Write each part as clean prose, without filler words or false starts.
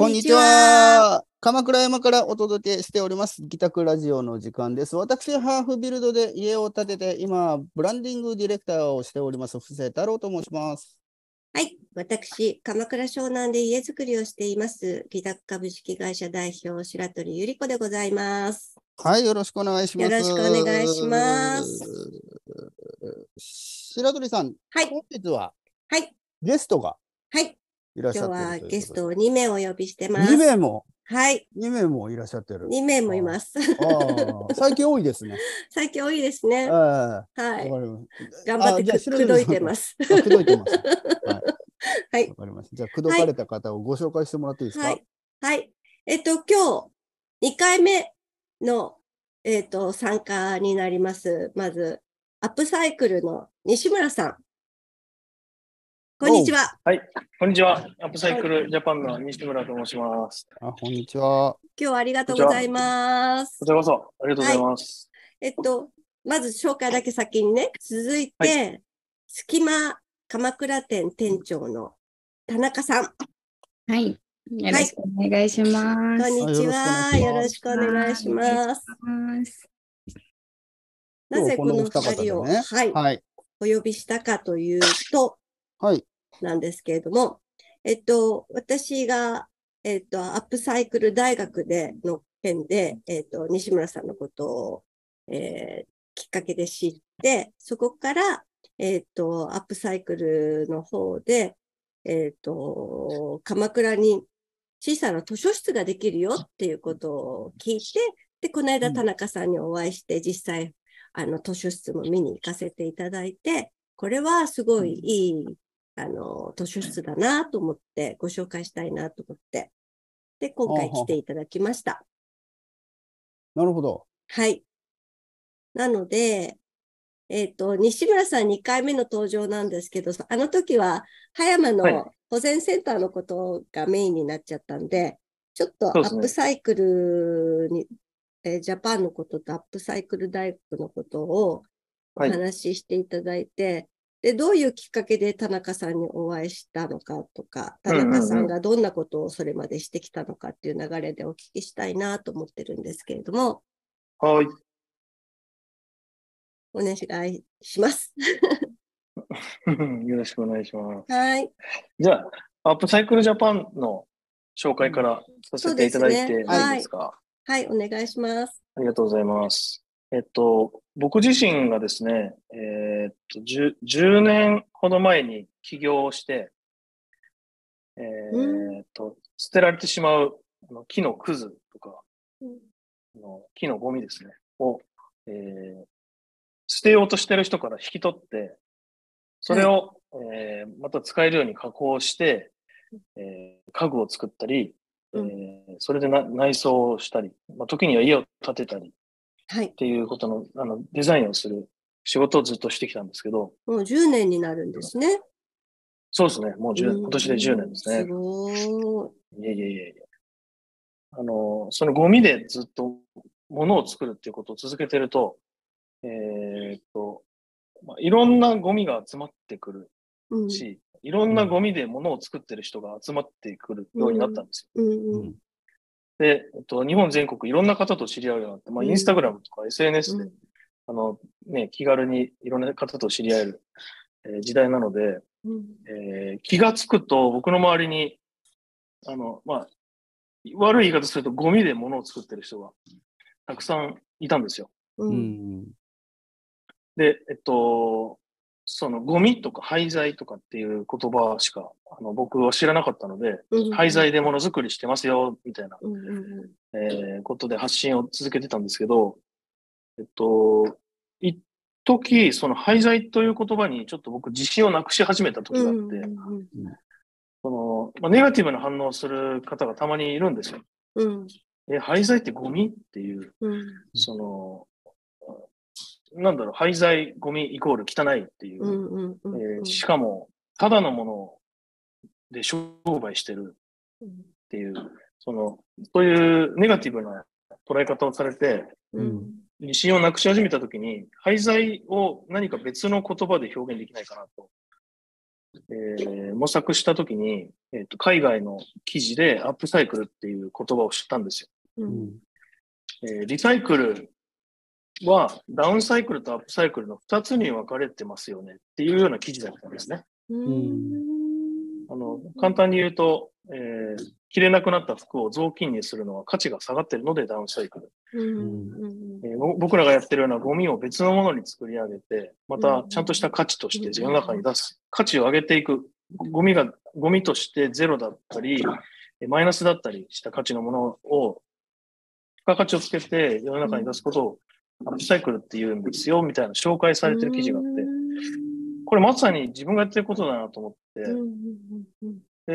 んにちは。鎌倉山からお届けしております。帰宅ラジオの時間です。私、ハーフビルドで家を建てて、今、ブランディングディレクターをしております、布施太郎と申します。 はい。私、鎌倉湘南で家づくりをしています。帰宅株式会社代表、白鳥ゆり子でございます。 はい、よろしくお願いします。 よろしくお願いします。 白鳥さん、 はい。 本日は、 はい。 ゲストがはい。 いらっしゃ今日っているということで。 はゲストを2名お呼びしてます。 2名もはい。 2名もいらっしゃってる。 2名もいます。 最近多いですね。 最近多いですね。 はい。 頑張って口説いてます。 口説いてます。はい。 はい。 わかりました。じゃあ、口説かれた方をご紹介してもらっていいですか？ はい。はい。今日、2回目の、参加になります。まず、アップサイクルの西村さん。こんにちは。 はい。こんにちは。アップサイクルジャパンの西村と申します。 こんにちは。 今日はありがとうございます。 こちらこそ、ありがとうございます。 まず紹介だけ先にね、続いて、隙間鎌倉店店長の田中さん。 はい。よろしくお願いします。 こんにちは。よろしくお願いします。なぜこの2人を、お呼びしたかというと、なんですけれども、私が、アップサイクル大学での件で、西村さんのことを、きっかけで知って、そこから、アップサイクルの方で、鎌倉に小さな図書室ができるよっていうことを聞いて、で、この間田中さんにお会いして、実際、図書室も見に行かせていただいて、これはすごいいい、図書室だなと思って、ご紹介したいなと思って、で、今回来ていただきました。 なるほど。 はい。なので、西村さん2回目の登場なんですけど、あの時は葉山の保全センターのことがメインになっちゃったんで、ちょっとアップサイクルに、ジャパンのこととアップサイクル大学のことをお話ししていただいて、で、どういうきっかけで田中さんにお会いしたのかとか、田中さんがどんなことをそれまでしてきたのかっていう流れでお聞きしたいなと思ってるんですけれども。 はい。 お願いします。 よろしくお願いします。 はい。 じゃあ、アップサイクルジャパンの紹介からさせていただいていいですか？ はい、お願いします。 ありがとうございます。僕自身がですね、10年ほど前に起業をして、捨てられてしまう木のくずとか、木のゴミですね、を、捨てようとしてる人から引き取って、それを、また使えるように加工して、家具を作ったり、それで内装をしたり、時には家を建てたり、っていうことの、デザインをする仕事をずっとしてきたんですけど。 もう10年になるんですね。 そうですね。もう今年で10年ですね。 すごい。いえいえいえ。そのゴミでずっと物を作るっていうことを続けてると、いろんなゴミが集まってくるし、いろんなゴミで物を作ってる人が集まってくるようになったんですよ。で、日本全国いろんな方と知り合うようになって、インスタグラムとか SNS で、気軽にいろんな方と知り合える、時代なので、気がつくと僕の周りに、悪い言い方するとゴミで物を作ってる人がたくさんいたんですよ。で、そのゴミとか廃材とかっていう言葉しか僕は知らなかったので、廃材でものづくりしてますよみたいな、ことで発信を続けてたんですけど、一時その廃材という言葉にちょっと僕自信をなくし始めた時があって、ネガティブな反応する方がたまにいるんですよ。廃材ってゴミっていう、廃材、ゴミイコール汚いっていう、しかも、ただのもので商売してるっていう、そういうネガティブな捉え方をされて、自信をなくし始めたときに、廃材を何か別の言葉で表現できないかなと模索したときに、海外の記事でアップサイクルっていう言葉を知ったんですよ。リサイクルはダウンサイクルとアップサイクルの2つに分かれてますよねっていうような記事だったんですね。簡単に言うと、着れなくなった服を雑巾にするのは価値が下がっているのでダウンサイクル。僕らがやってるようなゴミを別のものに作り上げて、またちゃんとした価値として世の中に出す。価値を上げていく。ゴミとしてゼロだったり、マイナスだったりした価値のものを、付加価値をつけて世の中に出すことをアップサイクルって言うんですよ、みたいな紹介されてる記事があって、これまさに自分がやってることだなと思って、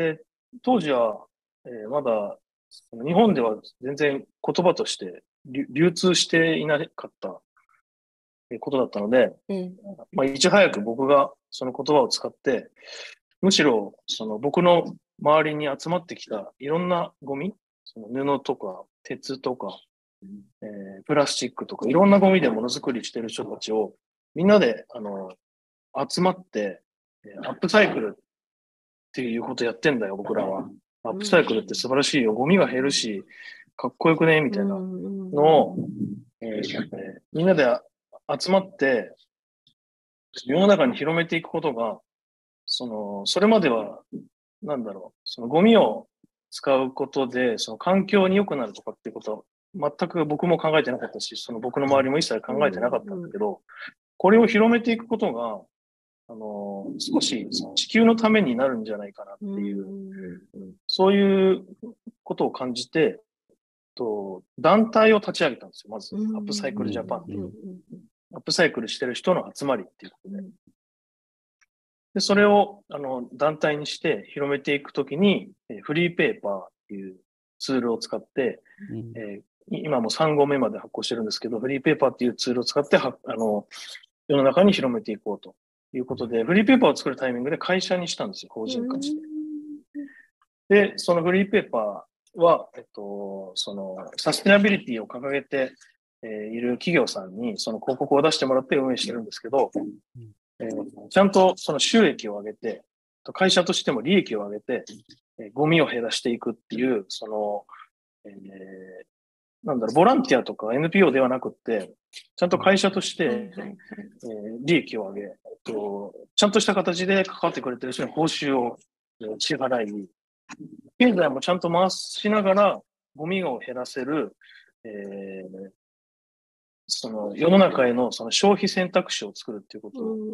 で、当時は、まだ日本では全然言葉として流通していなかったことだったので、いち早く僕がその言葉を使って、むしろその僕の周りに集まってきたいろんなゴミ、その布とか鉄とか、プラスチックとかいろんなゴミでものづくりしてる人たちをみんなで集まってアップサイクルっていうことやってんだよ、僕らは。アップサイクルって素晴らしいよ。ゴミが減るし、かっこよくねみたいなのを、みんなで集まって、世の中に広めていくことが、それまでは、そのゴミを使うことで、その環境に良くなるとかっていうことは、全く僕も考えてなかったし、その僕の周りも一切考えてなかったんだけど、これを広めていくことが、少し地球のためになるんじゃないかなっていう、そういうことを感じて、団体を立ち上げたんですよ、まず。アップサイクルジャパンっていう。アップサイクルしてる人の集まりっていうことで。で、それを団体にして広めていくときに、フリーペーパーっていうツールを使って、今も3号目まで発行してるんですけど、フリーペーパーっていうツールを使って世の中に広めていこうということで、フリーペーパーを作るタイミングで会社にしたんですよ、法人化して。で、そのフリーペーパーは、そのサステナビリティを掲げて、いる企業さんにその広告を出してもらって運営してるんですけど、ちゃんとその収益を上げて、会社としても利益を上げて、ゴミを減らしていくっていう、ボランティアとか NPO ではなくって、ちゃんと会社として、利益を上げ、ちゃんとした形で関わってくれてる人に報酬を支払い、経済もちゃんと回しながら、ゴミを減らせる、その世の中へのその消費選択肢を作るっていうことを、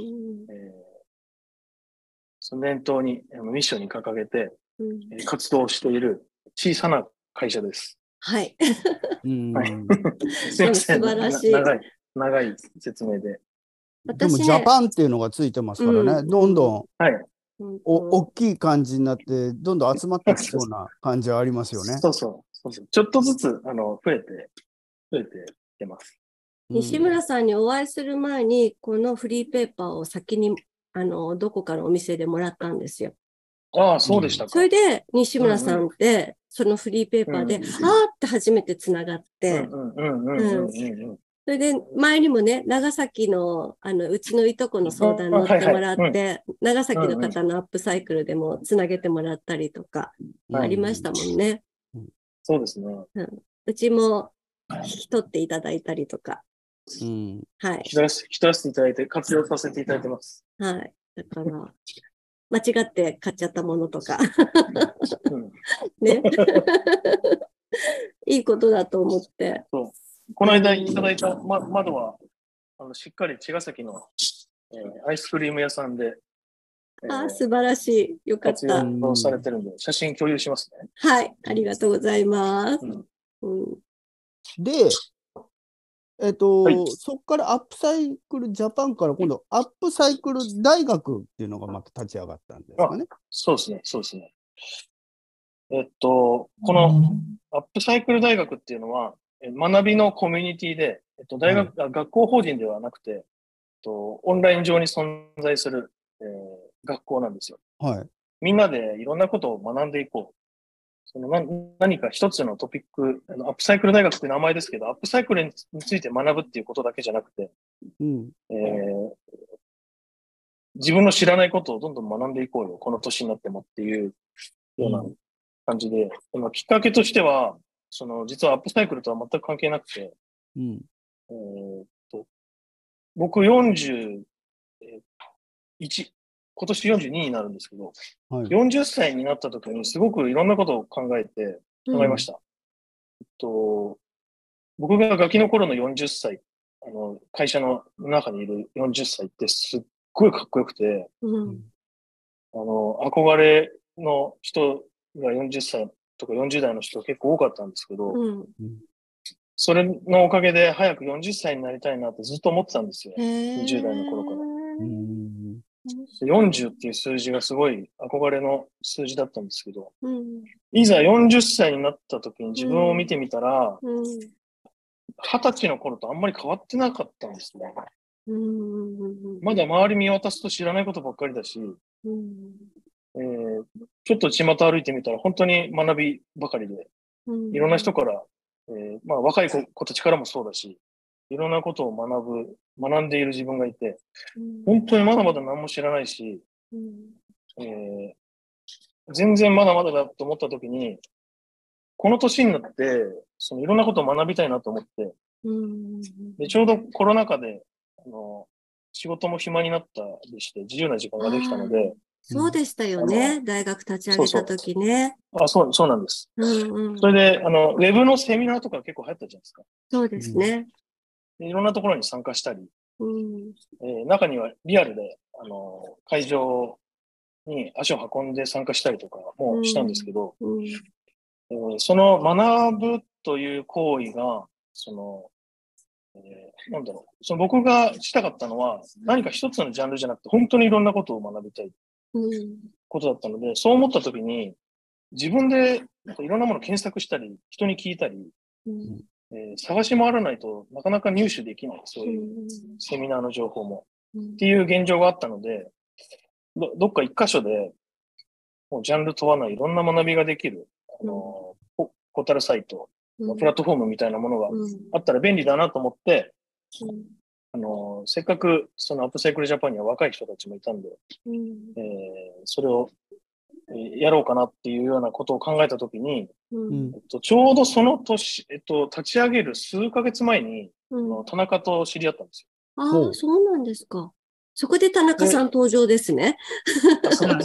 その念頭に、ミッションに掲げて、活動している小さな会社です。 はい。 すいません。 素晴らしい。 長い説明で。 でも、ジャパンっていうのがついてますからね、どんどん、大きい感じになって、どんどん集まってきそうな感じはありますよね。 そうそう。ちょっとずつ、増えてきてます。 西村さんにお会いする前に、このフリーペーパーを先に、どこかのお店でもらったんですよ。 ああ、そうでしたか。 それで、西村さんって、そのフリーペーパーで、あーって初めてつながって、それで、前にもね、長崎の、うちのいとこの相談乗ってもらって、長崎の方のアップサイクルでもつなげてもらったりとか、ありましたもんね。 そうですね。 うちも引き取っていただいたりとか。 はい。引き取らせていただいて、活用させていただいてます。 はい。だから、間違って買っちゃったものとか。ね。いいことだと思って。 この間いただいた窓は、しっかり茅ヶ崎の、アイスクリーム屋さんで、 素晴らしい。よかった。 活用されてるんで、写真共有しますね。 はい。ありがとうございます。 で、そこからアップサイクルジャパンから今度アップサイクル大学っていうのがまた立ち上がったんですかね。 そうですね。このアップサイクル大学っていうのは、学びのコミュニティで、学校法人ではなくて、オンライン上に存在する、学校なんですよ。みんなでいろんなことを学んでいこう。何か一つのトピック、アップサイクル大学って名前ですけど、アップサイクルについて学ぶっていうことだけじゃなくて、 自分の知らないことをどんどん学んでいこうよ、この年になってもっていうような感じで、きっかけとしては、実はアップサイクルとは全く関係なくて、えーっと、僕41、今年42になるんですけど、40歳になった時にすごくいろんなことを考えました。僕がガキの頃の40歳、会社の中にいる40歳ってすっごいかっこよくて、憧れの人が40歳とか40代の人結構多かったんですけど、それのおかげで早く40歳になりたいなってずっと思ってたんですよ。20代の頃から。40っていう数字がすごい憧れの数字だったんですけど、いざ40歳になった時に自分を見てみたら、20歳の頃とあんまり変わってなかったんですね。まだ周り見渡すと知らないことばっかりだし、ちょっと巷歩いてみたら本当に学びばかりで、いろんな人から、若い子たちからもそうだし、いろんなことを学んでいる自分がいて、本当にまだまだ何も知らないし、全然まだまだだと思った時に、この年になって、いろんなことを学びたいなと思って、でちょうどコロナ禍で、仕事も暇になったりして、自由な時間ができたので。 そうでしたよね。大学立ち上げた時ね。 そうなんです。それで、ウェブのセミナーとか結構流行ったじゃないですか。 そうですね。 いろんなところに参加したり、中にはリアルで、会場に足を運んで参加したりとかもしたんですけど、その学ぶという行為が、僕がしたかったのは、何か一つのジャンルじゃなくて、本当にいろんなことを学びたいことだったので、そう思ったときに、自分でいろんなものを検索したり、人に聞いたり、探し回らないとなかなか入手できない、そういうセミナーの情報も。っていう現状があったので、どっか一箇所で、もうジャンル問わないいろんな学びができる、ポータルサイト、プラットフォームみたいなものがあったら便利だなと思って、せっかくそのアップサイクルジャパンには若い人たちもいたんで、それをやろうかなっていうようなことを考えたときに、ちょうどその年、立ち上げる数ヶ月前に、田中と知り合ったんですよ。そうなんですか。そこで田中さん登場ですね。 そうなんです。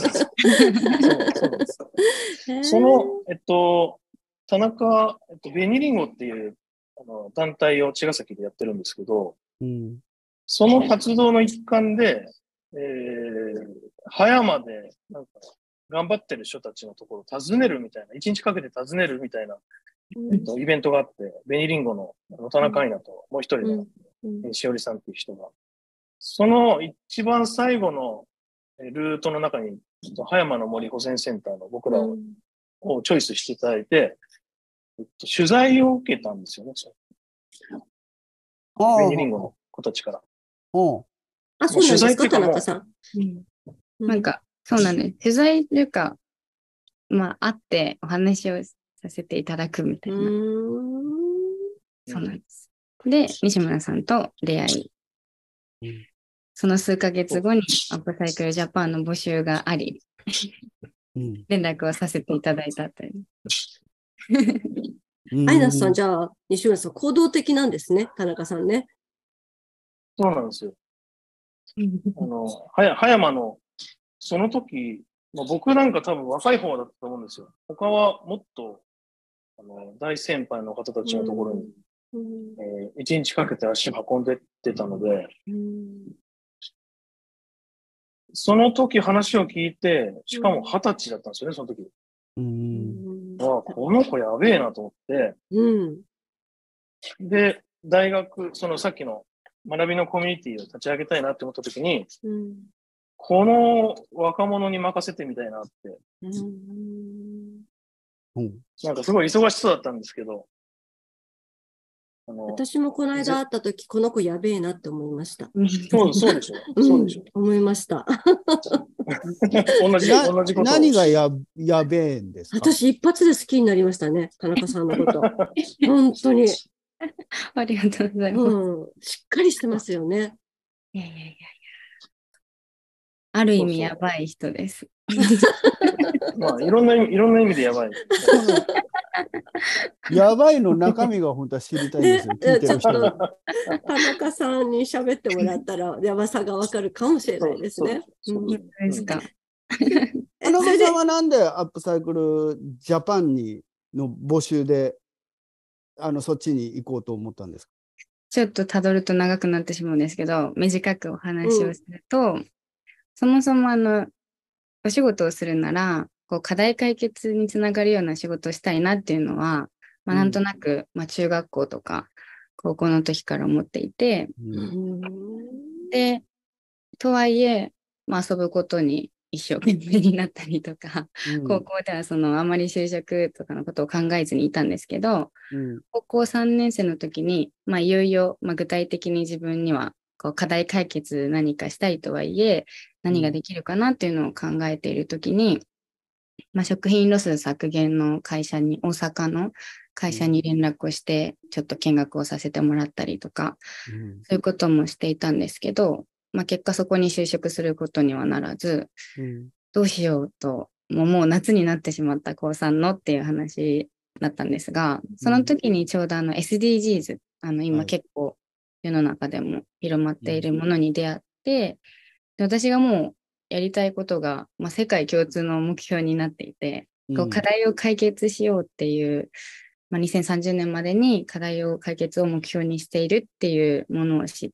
田中、ベニリンゴっていう団体を茅ヶ崎でやってるんですけど、その活動の一環で、葉山でなんか頑張ってる人たちのところを訪ねるみたいな、一日かけて訪ねるみたいな、イベントがあって、ベニリンゴの田中愛菜ともう一人のしおりさんっていう人が、その一番最後のルートの中に、葉山の森保全センターの僕らをチョイスしていただいて、取材を受けたんですよね。ベニリンゴの子たちから。 そうなんですか、田中さん。 なんか、そうなんです。取材というか、会ってお話をさせていただくみたいな。そうなんです。で、西村さんと出会い、その数ヶ月後にアップサイクルジャパンの募集があり、連絡をさせていただいたという。 アイナスさん、じゃあ、西村さん、行動的なんですね、田中さんね。 そうなんですよ。葉山の、その時、僕なんか多分若い方だったと思うんですよ。他はもっと、大先輩の方たちのところに、一日かけて足を運んでってたので、その時話を聞いて、しかも20歳だったんですよね、その時。この子やべえなと思って、で、大学、さっきの学びのコミュニティを立ち上げたいなって思った時に、この若者に任せてみたいなって。なんかすごい忙しそうだったんですけど。 私もこの間会った時、この子やべえなって思いました。 そうでしょ。そうでしょ。 思いました。 同じこと。 何がやべえんですか？ 私一発で好きになりましたね、田中さんのこと。本当に。 ありがとうございます。 しっかりしてますよね。 いやいやいや。 ある意味やばい人です。 まあ、いろんな意味でやばい。 やばいの中身が本当は知りたいんですよ、 ね、 聞いてる人に。 ちょっと田中さんに喋ってもらったら、やばさがわかるかもしれないですね。 そう本当ですか。 田中それでさんはなんでアップサイクルジャパンの募集でそっちに行こうと思ったんですか？ ちょっとたどると長くなってしまうんですけど、短くお話をすると、そもそもお仕事をするなら、こう課題解決につながるような仕事をしたいなっていうのは、まあ、なんとなく、まあ、中学校とか高校の時から思っていて、で、とはいえ、まあ、遊ぶことに一生懸命になったりとか、高校ではあまり就職とかのことを考えずにいたんですけど、高校3年生の時に、まあ、いよいよ、まあ、具体的に自分にはこう課題解決何かしたいとはいえ、何ができるかなっていうのを考えている時に、まあ、食品ロス削減の会社に、大阪の会社に連絡をして、ちょっと見学をさせてもらったりとか、そういうこともしていたんですけど、まあ、結果そこに就職することにはならず、どうしようと、もう夏になってしまった高3のっていう話だったんですが、その時にちょうどSDGs、今結構世の中でも広まっているものに出会って、で私がもうやりたいことが、まあ、世界共通の目標になっていて、こう課題を解決しようっていう、まあ、2030年までに課題を解決を目標にしているっていうものを知って、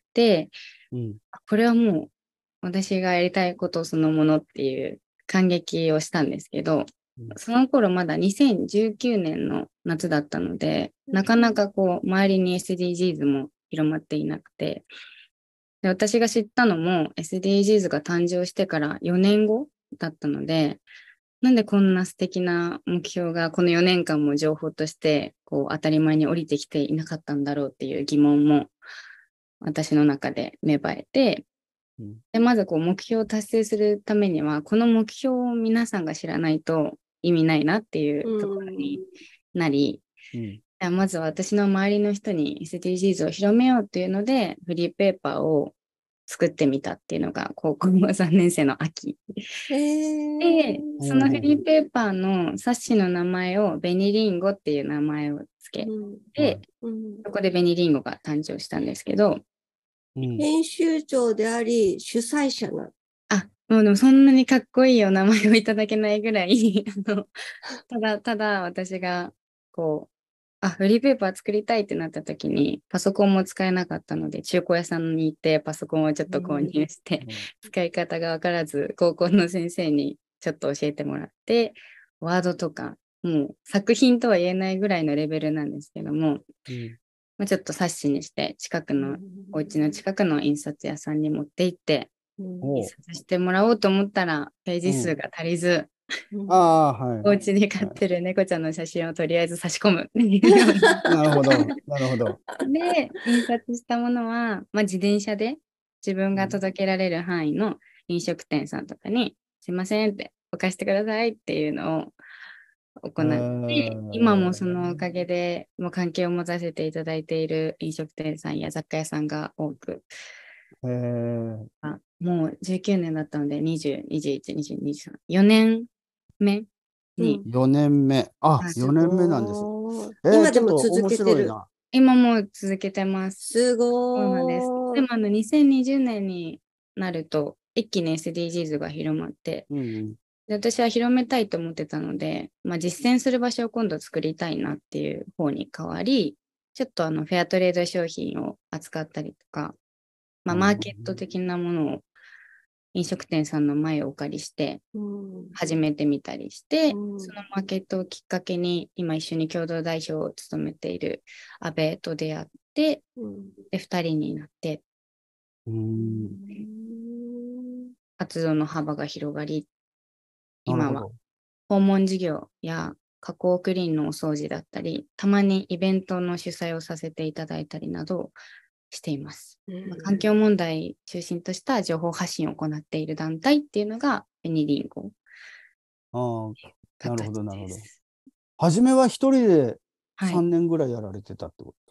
これはもう私がやりたいことそのものっていう感激をしたんですけど、その頃まだ2019年の夏だったので、なかなかこう周りに SDGs も広まっていなくて、で私が知ったのも SDGs が誕生してから4年後だったので、なんでこんな素敵な目標がこの4年間も情報としてこう当たり前に降りてきていなかったんだろうっていう疑問も私の中で芽生えて、でまずこう目標を達成するためにはこの目標を皆さんが知らないと意味ないなっていうところになり、まずは私の周りの人に SDGs を広めようっていうのでフリーペーパーを作ってみたっていうのが高校3年生の秋。で、そのフリーペーパーの冊子の名前をベニリンゴっていう名前をつけて、そこでベニリンゴが誕生したんですけど、 編集長であり主催者な。 もうでもそんなにかっこいいお名前をいただけないぐらいただ私がこうフリーペーパー作りたいってなった時にパソコンも使えなかったので中古屋さんに行ってパソコンをちょっと購入して、使い方が分からず高校の先生にちょっと教えてもらってワードとかもう作品とは言えないぐらいのレベルなんですけども、ちょっと冊子にしてお家の近くの印刷屋さんに持って行って印刷してもらおうと思ったらページ数が足りず、お家に飼ってる猫ちゃんの写真をとりあえず差し込む。 なるほど、なるほど。 で、印刷したものは、まあ、自転車で自分が届けられる範囲の飲食店さんとかに、すいませんって置かしてくださいっていうのを行って、今もそのおかげでもう関係を持たせていただいている飲食店さんや雑貨屋さんが多く、もう19年だったので、20、21、22、23、4年目に。 4年目。4年目なんです。 今でも続けてる。 今も続けてます。 すごい。 そうなんです。でも2020年になると、一気に SDGs が広まって、で私は広めたいと思ってたので、まあ、実践する場所を今度作りたいなっていう方に変わり、ちょっとフェアトレード商品を扱ったりとか、まあ、マーケット的なものを飲食店さんの前をお借りして始めてみたりして、そのマーケットをきっかけに今一緒に共同代表を務めている阿部と出会って、で2人になって活動の幅が広がり、今は訪問事業や加工クリーンのお掃除だったり、たまにイベントの主催をさせていただいたりなどしています。環境問題中心とした情報発信を行っている団体っていうのがベニリンゴ。 なるほど、なるほど。初めは一人で3年ぐらいやられてたってこと？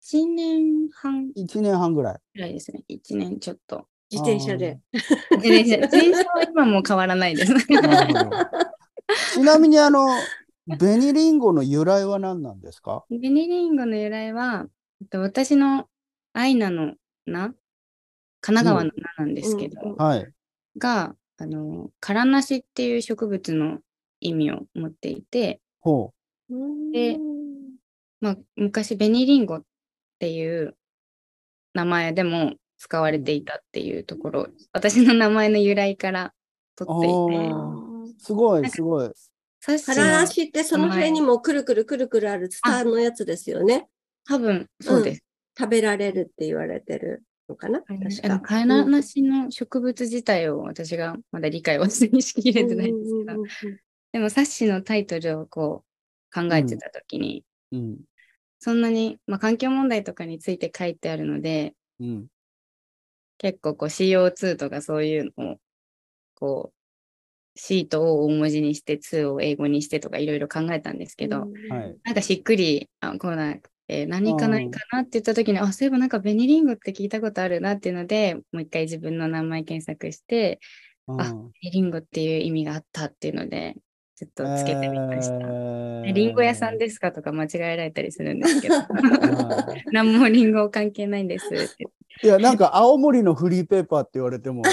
1年半。 1年半ぐらい。 ぐらいですね。1年ちょっと。 自転車で。 自転車は今も変わらないです。 なるほど。ちなみに紅リンゴの由来は何なんですか？ 紅リンゴの由来は、私のアイナの名、神奈川の名なんですけど、 はい。 が、カラナシっていう植物の意味を持っていて、 ほで、昔、紅リンゴっていう名前でも使われていたっていうところ、私の名前の由来から取っていて、 すごい、すごい。 カラナシってその辺にもくるくるくるくるあるツタンのやつですよね。 多分、そうです。 食べられるって言われてるのかな、確か。 カラナシの植物自体を私がまだ理解はしきれてないんですけど、でも冊子のタイトルをこう考えてた時に、そんなに、環境問題とかについて書いてあるので、結構こう CO2 とかそういうのをこうシートを大文字にして2を英語にしてとかいろいろ考えたんですけど、なんかしっくりこう何かないかなって言った時に、そういえばなんかベニリンゴって聞いたことあるなっていうので、もう一回自分の名前検索して、ベニリンゴっていう意味があったっていうので、ちょっとつけてみました。リンゴ屋さんですかとか間違えられたりするんですけど、何もリンゴ関係ないんですって。 いや、なんか青森のフリーペーパーって言われても、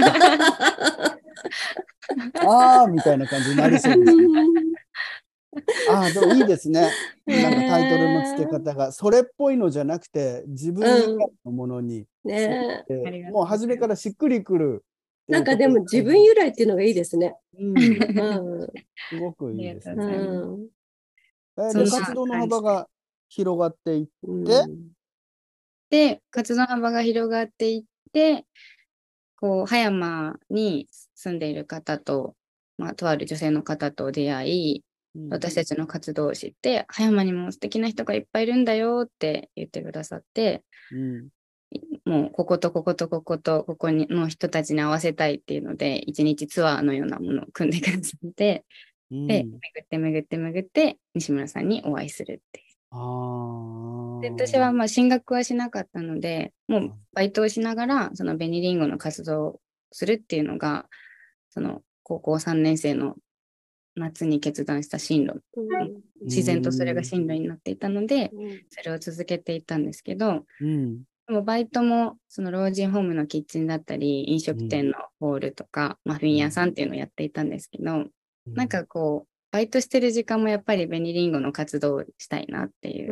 みたいな感じになりそうですね。でもいいですね。なんかタイトルの付け方が、それっぽいのじゃなくて、自分以外のものに、もう初めからしっくりくる。 なんかでも自分由来っていうのがいいですね。 すごくいいですね。 で、 活動の幅が広がっていって、 活動幅が広がっていって、こう葉山に住んでいる方と、とある女性の方と出会い、私たちの活動を知って、葉山にも素敵な人がいっぱいいるんだよって言ってくださって、もうこことこことこことここの人たちに合わせたいっていうので、一日ツアーのようなものを組んでくださって、で、巡って西村さんにお会いするっていう。で、私は進学はしなかったので、もうバイトをしながらその紅リンゴの活動をするっていうのが、その高校3年生の夏に決断した進路、自然とそれが進路になっていたので、それを続けていたんですけど、でもバイトもその老人ホームのキッチンだったり、飲食店のホールとか、マフィン屋さんっていうのをやっていたんですけど、なんかこう、バイトしてる時間もやっぱり紅リンゴの活動をしたいなっていう。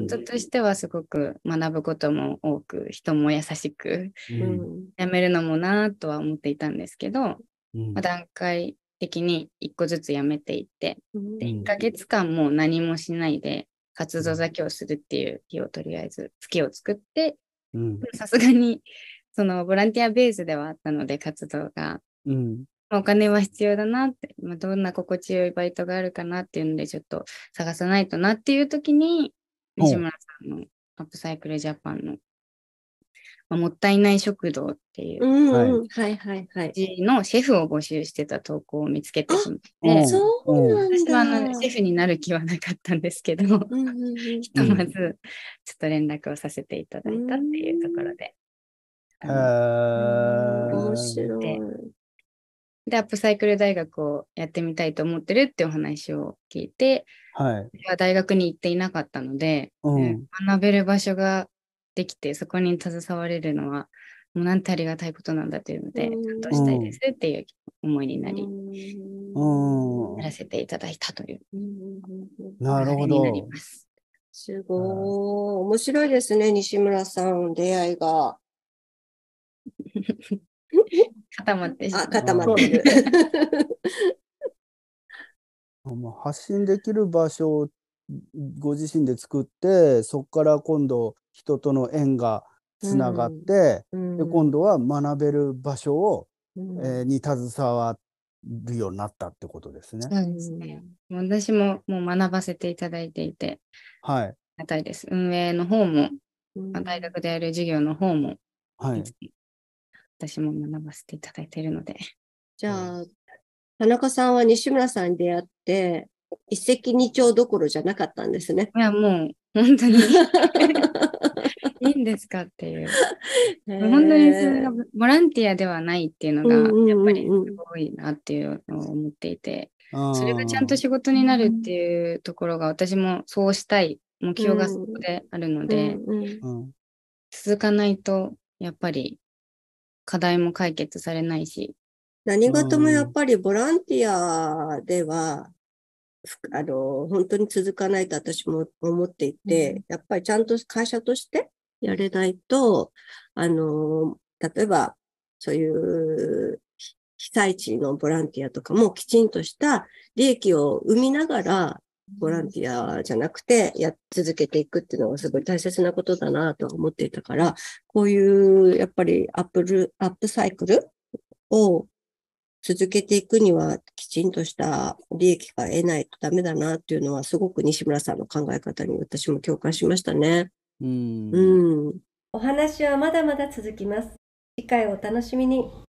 人としてはすごく学ぶことも多く、人も優しく、やめるのもなとは思っていたんですけど、段階的に1個ずつやめていって、で1ヶ月間も何もしないで活動だけをするっていう日をとりあえず月を作って、さすがにそのボランティアベースではあったので活動が、お金は必要だなって、どんな心地よいバイトがあるかなっていうのでちょっと探さないとなっていう時に、西村さんのアップサイクルジャパンのもったいない食堂っていうのシェフを募集してた投稿を見つけてしまって、私はシェフになる気はなかったんですけど、ひとまずちょっと連絡をさせていただいたっていうところで。 面白い。 で、アップサイクル大学をやってみたいと思ってるってお話を聞いて、大学に行っていなかったので、学べる場所ができて、そこに携われるのは、もうなんてありがたいことなんだというので、ちゃんとしたいですっていう思いになり、やらせていただいたというなるほど。 すごい。面白いですね、西村さん、出会いが。 固まって固まってる。 発信できる場所をご自身で作って、そこから今度人との縁がつながって、で今度は学べる場所を、に携わるようになったってことですね。 そうですね。私ももう学ばせていただいていて、ありがたいです。運営の方も、大学でやる授業の方も、私も学ばせていただいているので。 じゃあ、田中さんは西村さんに出会って、一石二鳥どころじゃなかったんですね。 いや、もう、本当に。 いいんですかっていう。本当にそれがボランティアではないっていうのが、やっぱりすごいなっていうのを思っていて、それがちゃんと仕事になるっていうところが、私もそうしたい目標がそこであるので、続かないと、やっぱり課題も解決されないし。 何事もやっぱりボランティアでは、本当に続かないと私も思っていて、やっぱりちゃんと会社としてやれないと、例えば、そういう被災地のボランティアとかもきちんとした利益を生みながら、ボランティアじゃなくて続けていくっていうのがすごい大切なことだなと思っていたから、こういうやっぱりアップサイクルを続けていくにはきちんとした利益が得ないとダメだなっていうのはすごく西村さんの考え方に私も共感しましたね。お話はまだまだ続きます。次回お楽しみに。